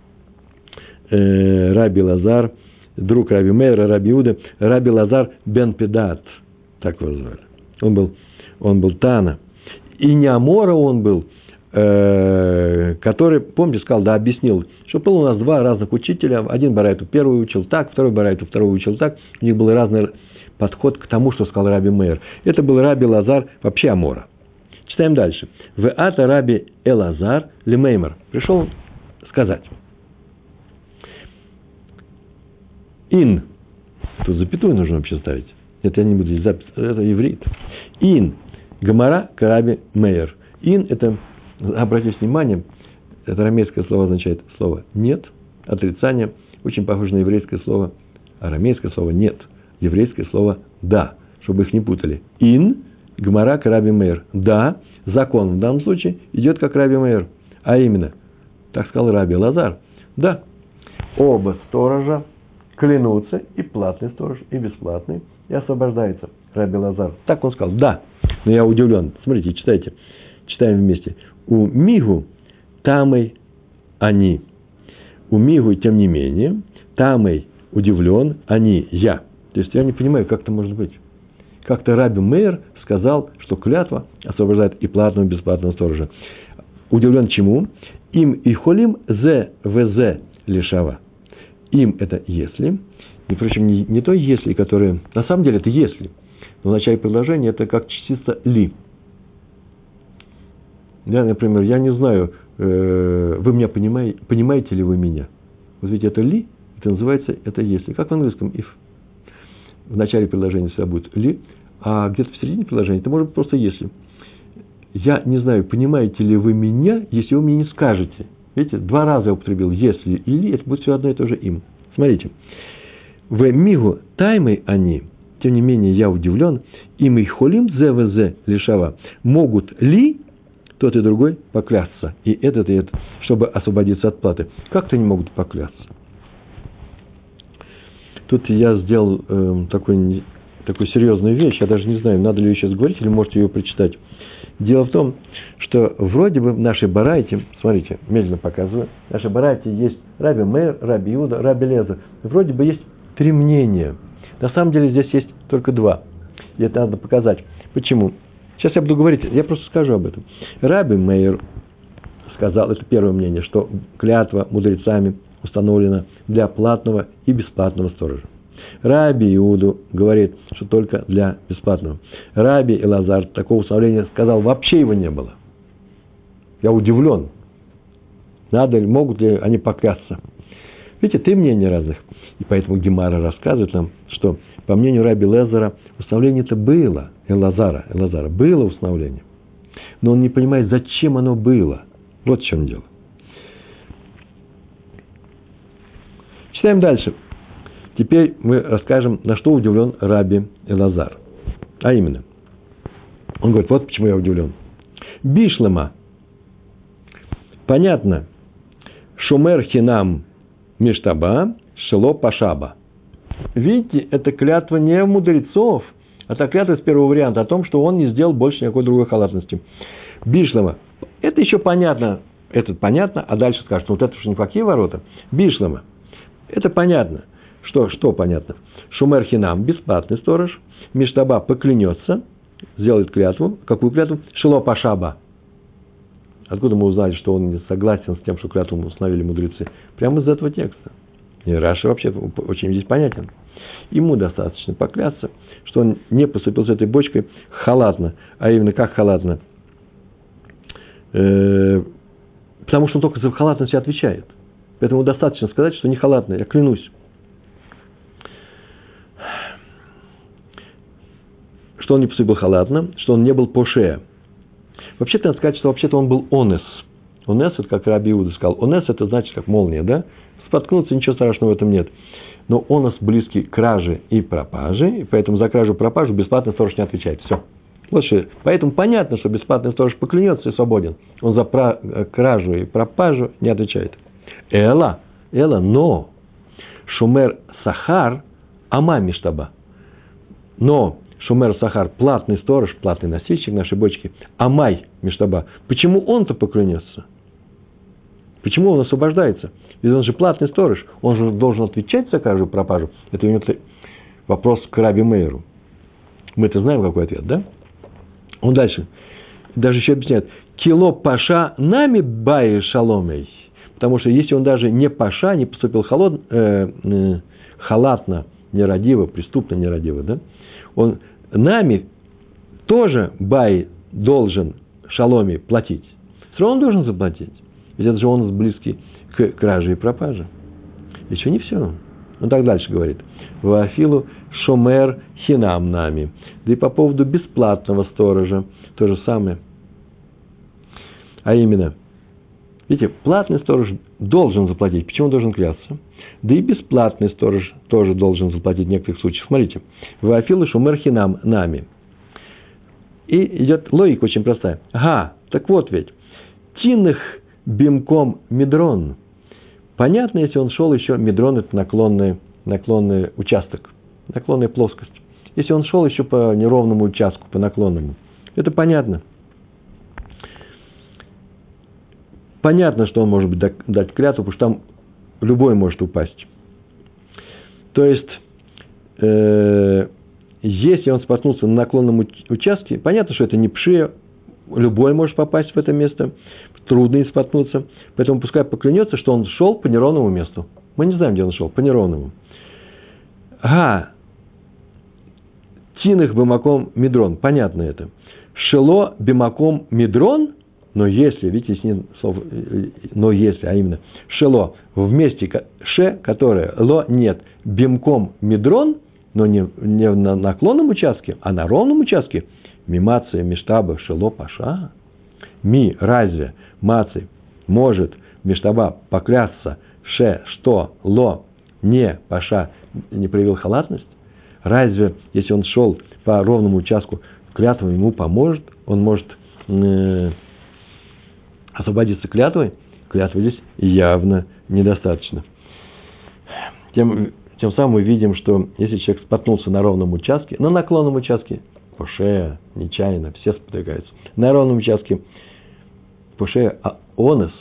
друг Раби Меира, Раби Иуда, Раби Лазар бен Педат, так его звали. Он был Тана. И не Амора он был, который, помните, сказал, да, объяснил, что было у нас два разных учителя. Один Барайту первый учил так, второй Барайту второй учил так. У них был разный подход к тому, что сказал Раби Меир. Это был Раби Лазар, вообще Амора. Читаем дальше. Веата Раби Элазар лемеймар. Пришел сказать. Ин. Тут запятую нужно вообще ставить. Это я не буду здесь запись. Это иврит. Ин. Гамара Караби Мейер. Ин – это, обратите внимание, это арамейское слово означает слово «нет», отрицание. Очень похоже на еврейское слово, арамейское слово «нет». Еврейское слово «да», чтобы их не путали. Ин. Гамара Караби Мейер. Да, закон в данном случае идет как Раби Меир. А именно, так сказал Раби Лазар. Да, оба сторожа клянутся, и платный сторож, и бесплатный, и освобождается Раби Лазар. Так он сказал, да. Но я удивлен. Смотрите, читайте. Читаем вместе. У Мигу тамой они. У Мигу, тем не менее, тамой удивлен, они, я. То есть, я не понимаю, как это может быть. Как-то Раби Меир сказал, что клятва освобождает и платного, и бесплатного сторожа. Удивлен чему? Им и холим зе везе лишава. Им это если. И, впрочем, не то если, которое... На самом деле это если. Но в начале предложения это как частица ли. Я, например, я не знаю, вы меня понимаете ли вы меня? Вот ведь это ли, это называется это если. Как в английском if. В начале предложения всегда будет ли, а где-то в середине предложения это может быть просто если. Я не знаю, понимаете ли вы меня, если вы мне не скажете. Видите, два раза я употребил если и ли, это будет все одно и то же им. Смотрите. В мигу таймы они, тем не менее я удивлен, им и холим зе лишава, могут ли тот и другой поклясться, и этот, чтобы освободиться от платы. Как-то не могут поклясться. Тут я сделал такую серьезную вещь, я даже не знаю, надо ли ее сейчас говорить, или можете ее прочитать. Дело в том, что вроде бы в нашей барайте, смотрите, медленно показываю, в нашей барайте есть Раби Меир, Раби Иуда, Раби Лезар. Вроде бы есть три мнения. На самом деле здесь есть только два. И это надо показать. Почему? Сейчас я буду говорить, я просто скажу об этом. Раби Меир сказал, это первое мнение, что клятва мудрецами установлена для платного и бесплатного сторожа. Раби Иуду говорит, что только для бесплатного. Раби Элазар такого установления сказал, вообще его не было. Я удивлен. Надо ли, могут ли они поклясться? Видите, три мнения разных. И поэтому Гемара рассказывает нам, что по мнению Раби Элазара установление-то было, Элазара, было установление. Но он не понимает, зачем оно было. Вот в чем дело. Читаем дальше. Теперь мы расскажем, на что удивлен Раби Элазар. А именно, он говорит, вот почему я удивлен. Бишлема. Понятно. Шумер хинам миштаба шело пашаба. Видите, это клятва не мудрецов, а это клятва из первого варианта о том, что он не сделал больше никакой другой халатности. Бишлема. Это еще понятно. Это понятно, а дальше скажут, вот это уж никакие ворота. Бишлема. Это понятно. Что понятно? Шумер хинам, бесплатный сторож. Миштаба поклянется, сделает клятву. Какую клятву? Шело пашаба. Откуда мы узнали, что он не согласен с тем, что клятву установили мудрецы? Прямо из этого текста. И Раши вообще очень здесь понятен. Ему достаточно поклясться, что он не поступил с этой бочкой халатно. А именно, как халатно? Потому что он только за халатность отвечает. Поэтому достаточно сказать, что не халатно, я клянусь. Что он не поступил халатно, что он не был поше. Вообще-то надо сказать, что вообще-то он был онес. Онес, это как Раби Иуда сказал. Онес, это значит как молния, да? Споткнуться, ничего страшного в этом нет. Но онес близкий к краже и пропаже, и поэтому за кражу и пропажу бесплатный сторож не отвечает. Все. Вот что. Поэтому понятно, что бесплатный сторож поклянется и свободен. Он за кражу и пропажу не отвечает. Но шумер сахар ама миштаба. Но шумер сахар, платный сторож, платный носильщик нашей бочки, амай миштаба. Почему он-то поклянется? Почему он освобождается? Ведь он же платный сторож, он же должен отвечать за кражу и пропажу. Это у него вопрос к Раби Меиру. Мы-то знаем, какой ответ, да? Он дальше. Даже еще объясняет. Кило паша нами баи шаломей. Потому что если он даже не паша, не поступил халатно, нерадиво, преступно нерадиво, да? Он нами тоже бай должен шаломе платить. Все равно он должен заплатить. Ведь это же он близкий к краже и пропаже. Еще не все. Он так дальше говорит. Вафилу шомер хинам нами. Да и по поводу бесплатного сторожа то же самое. А именно, видите, платный сторож должен заплатить. Почему он должен клясться? Да и бесплатный сторож тоже должен заплатить в некоторых случаях. Смотрите. Вафилу шомер хинам нами. И идет логика очень простая. Так вот ведь. Тиных бимком медрон. Понятно, если он шел еще, медрон – это наклонный участок, наклонная плоскость. Если он шел еще по неровному участку, по наклонному, это понятно. Понятно, что он может дать клятву, потому что там любой может упасть. То есть, если он споткнулся на наклонном участке, понятно, что это не пшия, любой может попасть в это место, трудно и споткнуться. Поэтому пускай поклянется, что он шел по неровному месту. Мы не знаем, где он шел, по неровному. Тиных бимаком медрон. Понятно это. Шело бимаком медрон, но если, видите, здесь нет слов, но если, а именно, шело в месте ше, которое, ло нет, бимком медрон, но не на наклонном участке, а на ровном участке, мимация, миштаба, шело, паша. Разве маций может миштаба поклясться, что ло, не паша, не проявил халатность? Разве, если он шел по ровному участку, клятва ему поможет? Он может освободиться клятвой? Клятвы здесь явно недостаточно. Тем самым мы видим, что если человек споткнулся на ровном участке, на наклонном участке, поше, нечаянно, все спотыкаются. На ровном участке поше онес,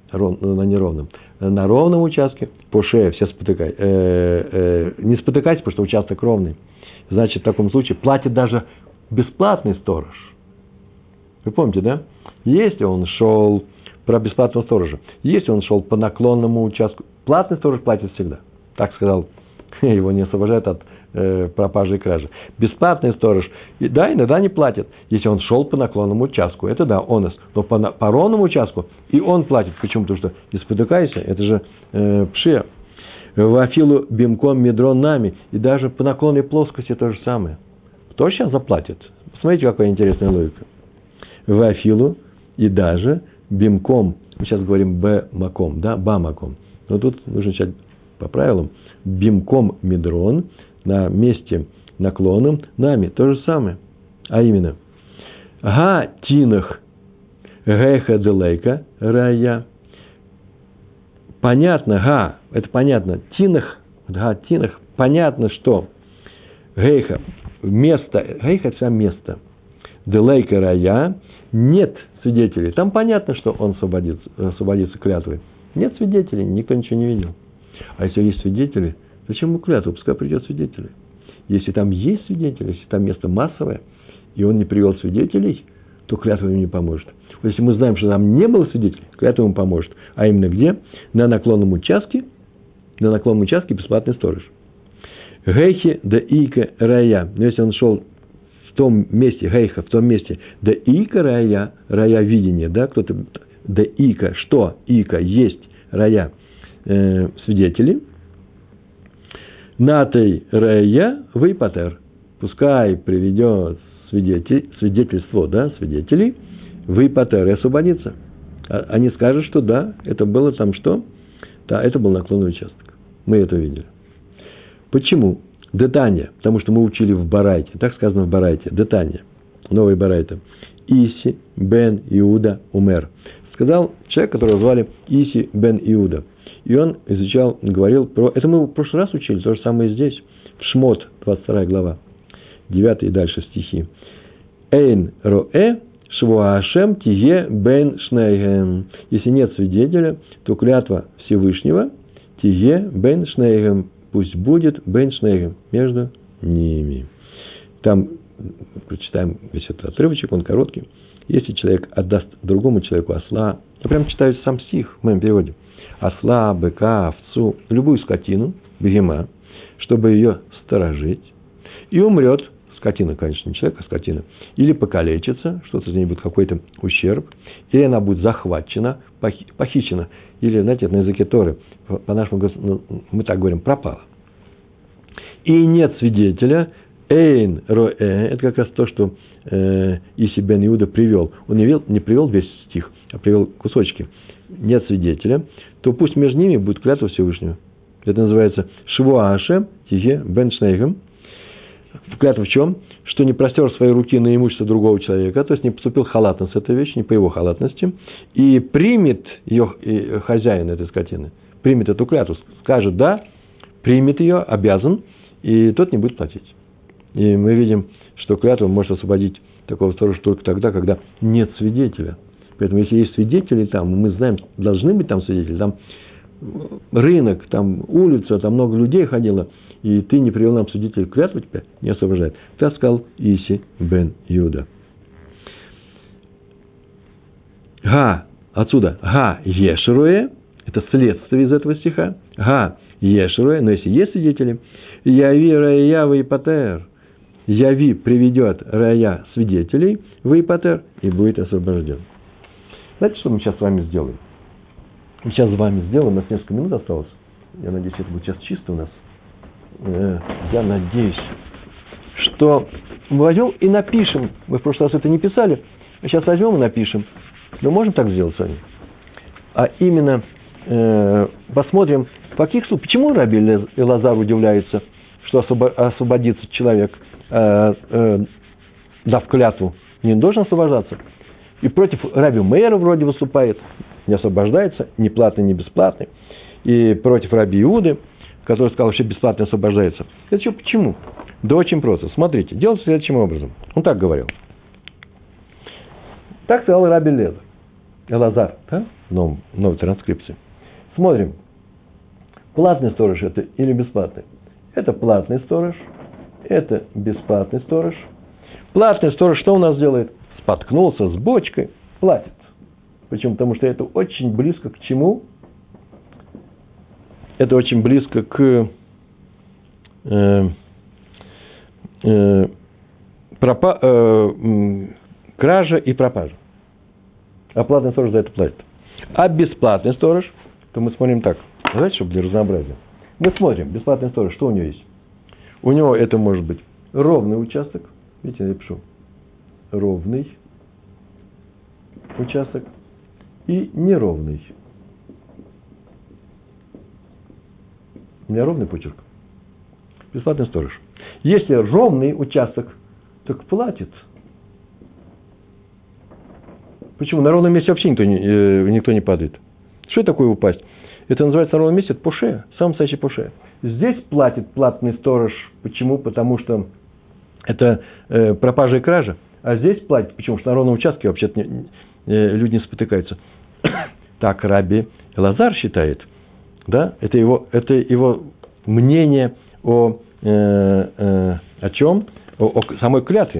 на неровном. На ровном участке по шее все не спотыкайтесь, потому что участок ровный. Значит, в таком случае платит даже бесплатный сторож. Вы помните, да? Если он шел, про бесплатного сторожа, если он шел по наклонному участку, платный сторож платит всегда. Так сказал, его не освобождают от пропажи и кражи. Бесплатный сторож, да, иногда не платит, если он шел по наклонному участку. Это да, онес. Но по ровному участку и он платит. Почему? Потому что не спотыкайся, это же пшия. Вафилу бимком медрон нами. И даже по наклонной плоскости то же самое. Кто сейчас заплатит? Посмотрите, какая интересная логика. Вафилу и даже бимком. Мы сейчас говорим б-маком, да, ба-маком. Но тут нужно начать по правилам. Бимком медрон. На месте наклоном нами то же самое. А именно. Га тинах гейха делейка рая. Понятно, га, это понятно. Тинах, га тинах, понятно, что гейха, место, гейха это место. Делейка рая, нет свидетелей. Там понятно, что он освободится клятвой. Нет свидетелей, никто ничего не видел. А если есть свидетели, зачем ему клятву? Пускай придет свидетели. Если там есть свидетели, если там место массовое, и он не привел свидетелей, то клятва ему не поможет. Вот если мы знаем, что там не было свидетелей, клятва ему поможет. А именно где? На наклонном участке бесплатный сторож. Гейхи да ика рая. Но если он шел в том месте, гейха, в том месте, да ика рая, рая видения, да, кто-то, да ика, что ика, есть рая, свидетели, натой рая вейпатер. Пускай приведет свидетельство, да, свидетелей, вейпатер и освободится. Они скажут, что да, это было там что? Да, это был наклонный участок. Мы это видели. Почему? Детания. Потому что мы учили в Барайте. Так сказано в Барайте. Детания. Новый Барайта. Иси бен Иуда умер. Сказал человек, которого звали Иси бен Иуда. И он изучал, говорил про... Это мы в прошлый раз учили, то же самое здесь. В Шмот, 22 глава, 9 и дальше стихи. Эйн роэ швуашем тие бен шнейгем. Если нет свидетеля, то клятва Всевышнего тие бен шнейгем. Пусть будет бен шнейгем между ними. Там прочитаем весь этот отрывочек, он короткий. Если человек отдаст другому человеку осла, я прям читаю сам стих в моем переводе. Осла, быка, овцу, любую скотину, бегема, чтобы ее сторожить, и умрет, скотина, конечно, не человек, а скотина, или покалечится, что-то за ней будет какой-то ущерб, или она будет захвачена, похищена, или, знаете, на языке Торы, по-нашему, мы так говорим, пропала. И нет свидетеля, эйн роэ, это как раз то, что Иси бен Иуда привел. Он не привел весь стих, а привел кусочки. Нет свидетеля, то пусть между ними будет клятва Всевышнего. Это называется Швуаше тихе бен шнейгем. Клятва в чем? Что не простер свои руки на имущество другого человека, то есть не поступил халатно с этой вещью, не по его халатности, и примет ее хозяин этой скотины, примет эту клятву, скажет да, примет ее, обязан, и тот не будет платить. И мы видим, что клятва может освободить такого сторожа только тогда, когда нет свидетеля. Поэтому, если есть свидетели там, мы знаем, должны быть там свидетели, там рынок, там улица, там много людей ходило, и ты не привел нам свидетелей, клятву тебя не освобождает. Так сказал Иси бен Иуда. Отсюда ешеруэ, это следствие из этого стиха. Ешеруэ, но если есть свидетели, яви рая вейпатер, яви приведет рая свидетелей, вейпатер, и будет освобожден. Знаете, что мы сейчас с вами сделаем? Мы сейчас с вами сделаем, у нас несколько минут осталось. Я надеюсь, это будет сейчас чисто у нас. Я надеюсь, что мы возьмем и напишем. Мы в прошлый раз это не писали, а сейчас возьмем и напишем. Мы можем так сделать с вами. А именно, посмотрим, в каких случаях, почему Раби Элазар удивляется, что освободится человек, дав клятву, не должен освобождаться. И против Раби Мейра вроде выступает, не освобождается, ни платный, ни бесплатный. И против Раби Иуды, который сказал, что бесплатно освобождается. Это что, почему? Да очень просто. Смотрите, делается следующим образом. Он так говорил. Так сказал Раби Элазар. Элазар, да? В новой транскрипции. Смотрим. Платный сторож это или бесплатный? Это платный сторож, это бесплатный сторож. Платный сторож что у нас делает? Споткнулся с бочкой, платит. Почему? Потому что это очень близко к чему? Это очень близко к краже и пропаже. А платный сторож за это платит. А бесплатный сторож, то мы смотрим так. Давайте, чтобы для разнообразия. Мы смотрим, бесплатный сторож, что у него есть? У него это может быть ровный участок. Видите, я пишу. Ровный участок и неровный. У меня ровный почерк. Бесплатный сторож. Если ровный участок, так платит. Почему? На ровном месте вообще никто не падает. Что такое упасть? Это называется на ровном месте, это поше, самый настоящий поше. Здесь платит платный сторож. Почему? Потому что это пропажа и кража. А здесь платит, почему? Потому что на ровном участке вообще-то люди не спотыкаются. Так Раби Элазар считает. Да? Это его мнение о чем? О самой клятве.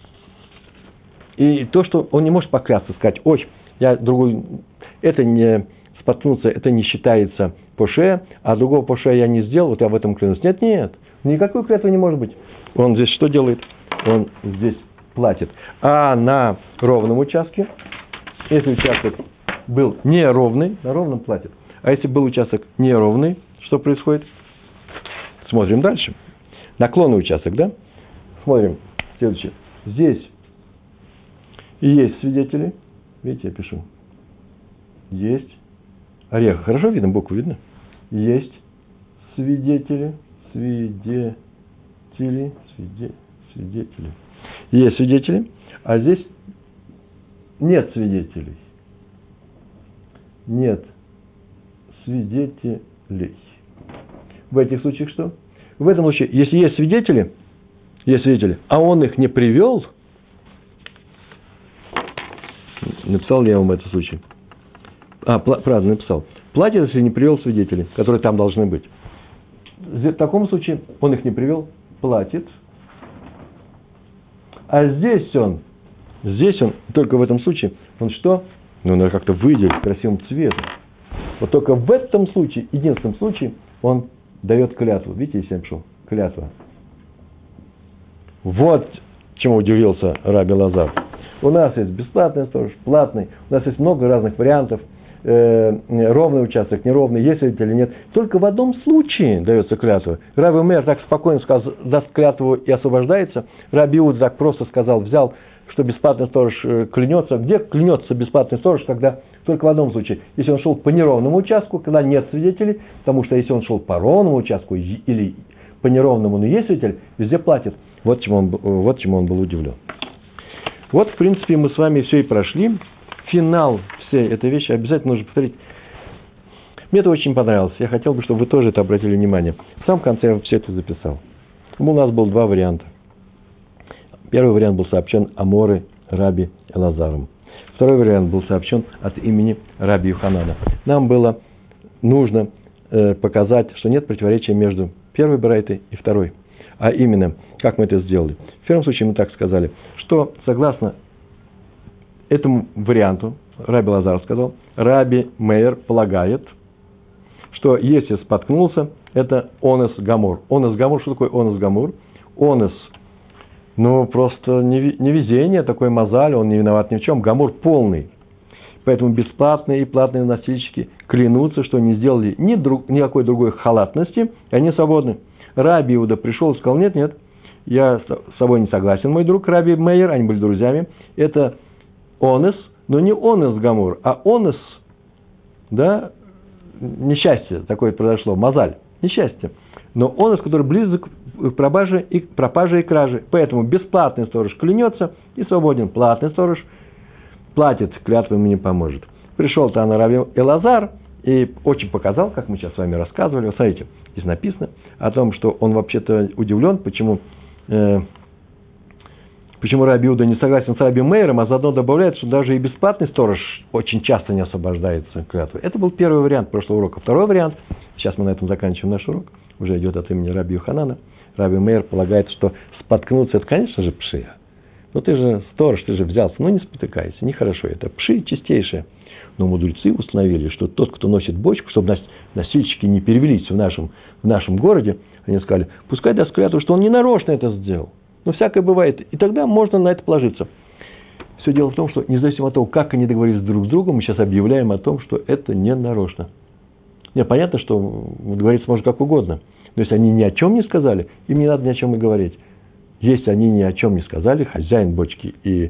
И то, что он не может поклясться, сказать, ой, это не споткнуться, это не считается поше, а другого поше я не сделал, вот я в этом клянусь. Нет, никакой клятвы не может быть. Он здесь что делает? Он здесь платит. А на ровном участке, если участок был неровный, на ровном платит. А если был участок неровный, что происходит? Смотрим дальше. Наклонный участок, да? Смотрим. Следующее. Здесь и есть свидетели. Видите, я пишу. Есть. Орех. Хорошо видно? Букву видно? Есть свидетели. Свидетели. Есть свидетели. А здесь нет свидетелей. Нет свидетелей. В этих случаях что? В этом случае, если есть свидетели, а он их не привел, написал ли я вам этот случай? Правильно написал. Платит, если не привел свидетелей, которые там должны быть. В таком случае он их не привел, платит. А здесь он, только в этом случае, он что? Надо как-то выделить красивым цветом. Вот только в этом случае, единственном случае, он дает клятву. Видите, если я пишу? Клятва. Вот чему удивился Раби Элазар. У нас есть бесплатный сторож, платный. У нас есть много разных вариантов. Ровный участок, неровный, есть свидетель или нет. Только в одном случае дается клятва. Раби Мейер так спокойно сказал, даст клятву и освобождается. Раби Иуда так просто сказал, взял, что бесплатный сторож клянется. Где клянется бесплатный сторож, когда только в одном случае. Если он шел по неровному участку, когда нет свидетелей, потому что если он шел по ровному участку или по неровному, но есть свидетель, везде платит. Вот чему он был удивлен. Вот, в принципе, мы с вами все и прошли. Финал всей этой вещи обязательно нужно повторить. Мне это очень понравилось. Я хотел бы, чтобы вы тоже это обратили внимание. В самом конце я все это записал. У нас было два варианта. Первый вариант был сообщен Аморы Раби Элазаром. Второй вариант был сообщен от имени Раби Йоханана. Нам было нужно показать, что нет противоречия между первой барайтой и второй. А именно, как мы это сделали. В первом случае мы так сказали, что согласно этому варианту, Раби Элазар сказал, Раби Мейер полагает, что если споткнулся, это онес гамур. Онес гамур, что такое онес гамур? Онес, просто невезение, такой мозаль, он не виноват ни в чем. Гамур полный. Поэтому бесплатные и платные носильщики клянутся, что не сделали никакой другой халатности, и они свободны. Раби Иуда пришел и сказал, нет, я с собой не согласен, мой друг Раби Мейер, они были друзьями, это онес, но не онес гамур, а онес, да, несчастье такое произошло, мозаль, несчастье. Но онес, который близок к пропаже и краже. Поэтому бесплатный сторож клянется и свободен. Платный сторож платит, клятва ему не поможет. Пришел Тана Раби Элазар и очень показал, как мы сейчас с вами рассказывали. Вот смотрите, здесь написано о том, что он вообще-то удивлен, почему Почему Раби Иуда не согласен с Раби Мейером, а заодно добавляет, что даже и бесплатный сторож очень часто не освобождается клятвы. Это был первый вариант прошлого урока. Второй вариант, сейчас мы на этом заканчиваем наш урок, уже идет от имени Раби Йоханана. Раби Мейер полагает, что споткнуться – это, конечно же, пшия. Но ты же сторож, ты же взялся, ну не спотыкайся, нехорошо это. Пшия чистейшая. Но мудрецы установили, что тот, кто носит бочку, чтобы носильщики не перевелись в нашем городе, они сказали, пускай даст клятву, что он не нарочно это сделал. Но всякое бывает. И тогда можно на это положиться. Все дело в том, что независимо от того, как они договорились друг с другом, мы сейчас объявляем о том, что это не нарочно. Нет, понятно, что договориться можно как угодно. Но если они ни о чем не сказали, им не надо ни о чем и говорить. Если они ни о чем не сказали, хозяин бочки и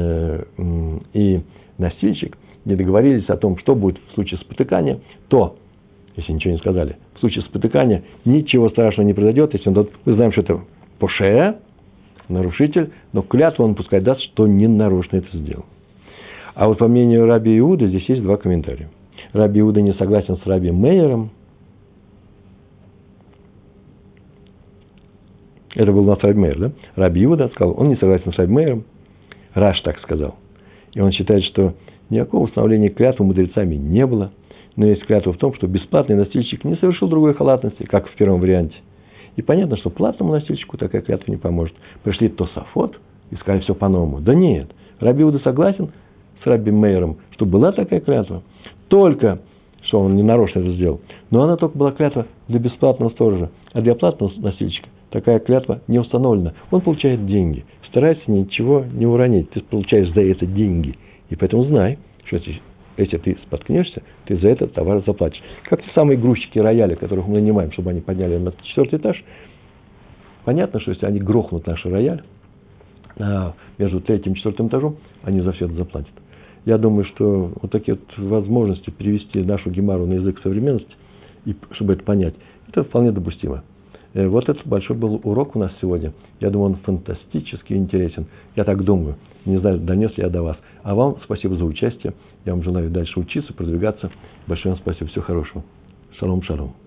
носильщик не договорились о том, что будет в случае спотыкания, то, если ничего не сказали, в случае спотыкания ничего страшного не произойдет, если мы знаем, что это пошея, нарушитель, но клятву он пускай даст, что не нарочно это сделал. А вот по мнению Раби Иуда здесь есть два комментария. Раби Иуда не согласен с Раби Мейером. Это был у нас Раби Мейер, да? Раби Иуда сказал, он не согласен с Раби Мейером. Раш так сказал. И он считает, что никакого установления клятвы мудрецами не было. Но есть клятва в том, что бесплатный носильщик не совершил другой халатности, как в первом варианте. И понятно, что платному носильщику такая клятва не поможет. Пришли Тосафот и сказали все по-новому. Да нет, Раби Иуда согласен с Раби Мейером, что была такая клятва. Только, что он не нарочно это сделал. Но она только была клятва для бесплатного сторожа. А для платного носильщика такая клятва не установлена. Он получает деньги. Старайся ничего не уронить. Ты получаешь за это деньги. И поэтому знай, что если ты споткнешься, ты за этот товар заплатишь. Как те самые грузчики рояля, которых мы нанимаем, чтобы они подняли на 4-й этаж. Понятно, что если они грохнут наш рояль между 3-м и 4-м этажом, они за все это заплатят. Я думаю, что вот такие вот возможности перевести нашу гемару на язык современности, и чтобы это понять, это вполне допустимо. Вот это большой был урок у нас сегодня. Я думаю, он фантастически интересен. Я так думаю. Не знаю, донес ли я до вас. А вам спасибо за участие. Я вам желаю дальше учиться, продвигаться. Большое вам спасибо. Всего хорошего. Шалом, шалом.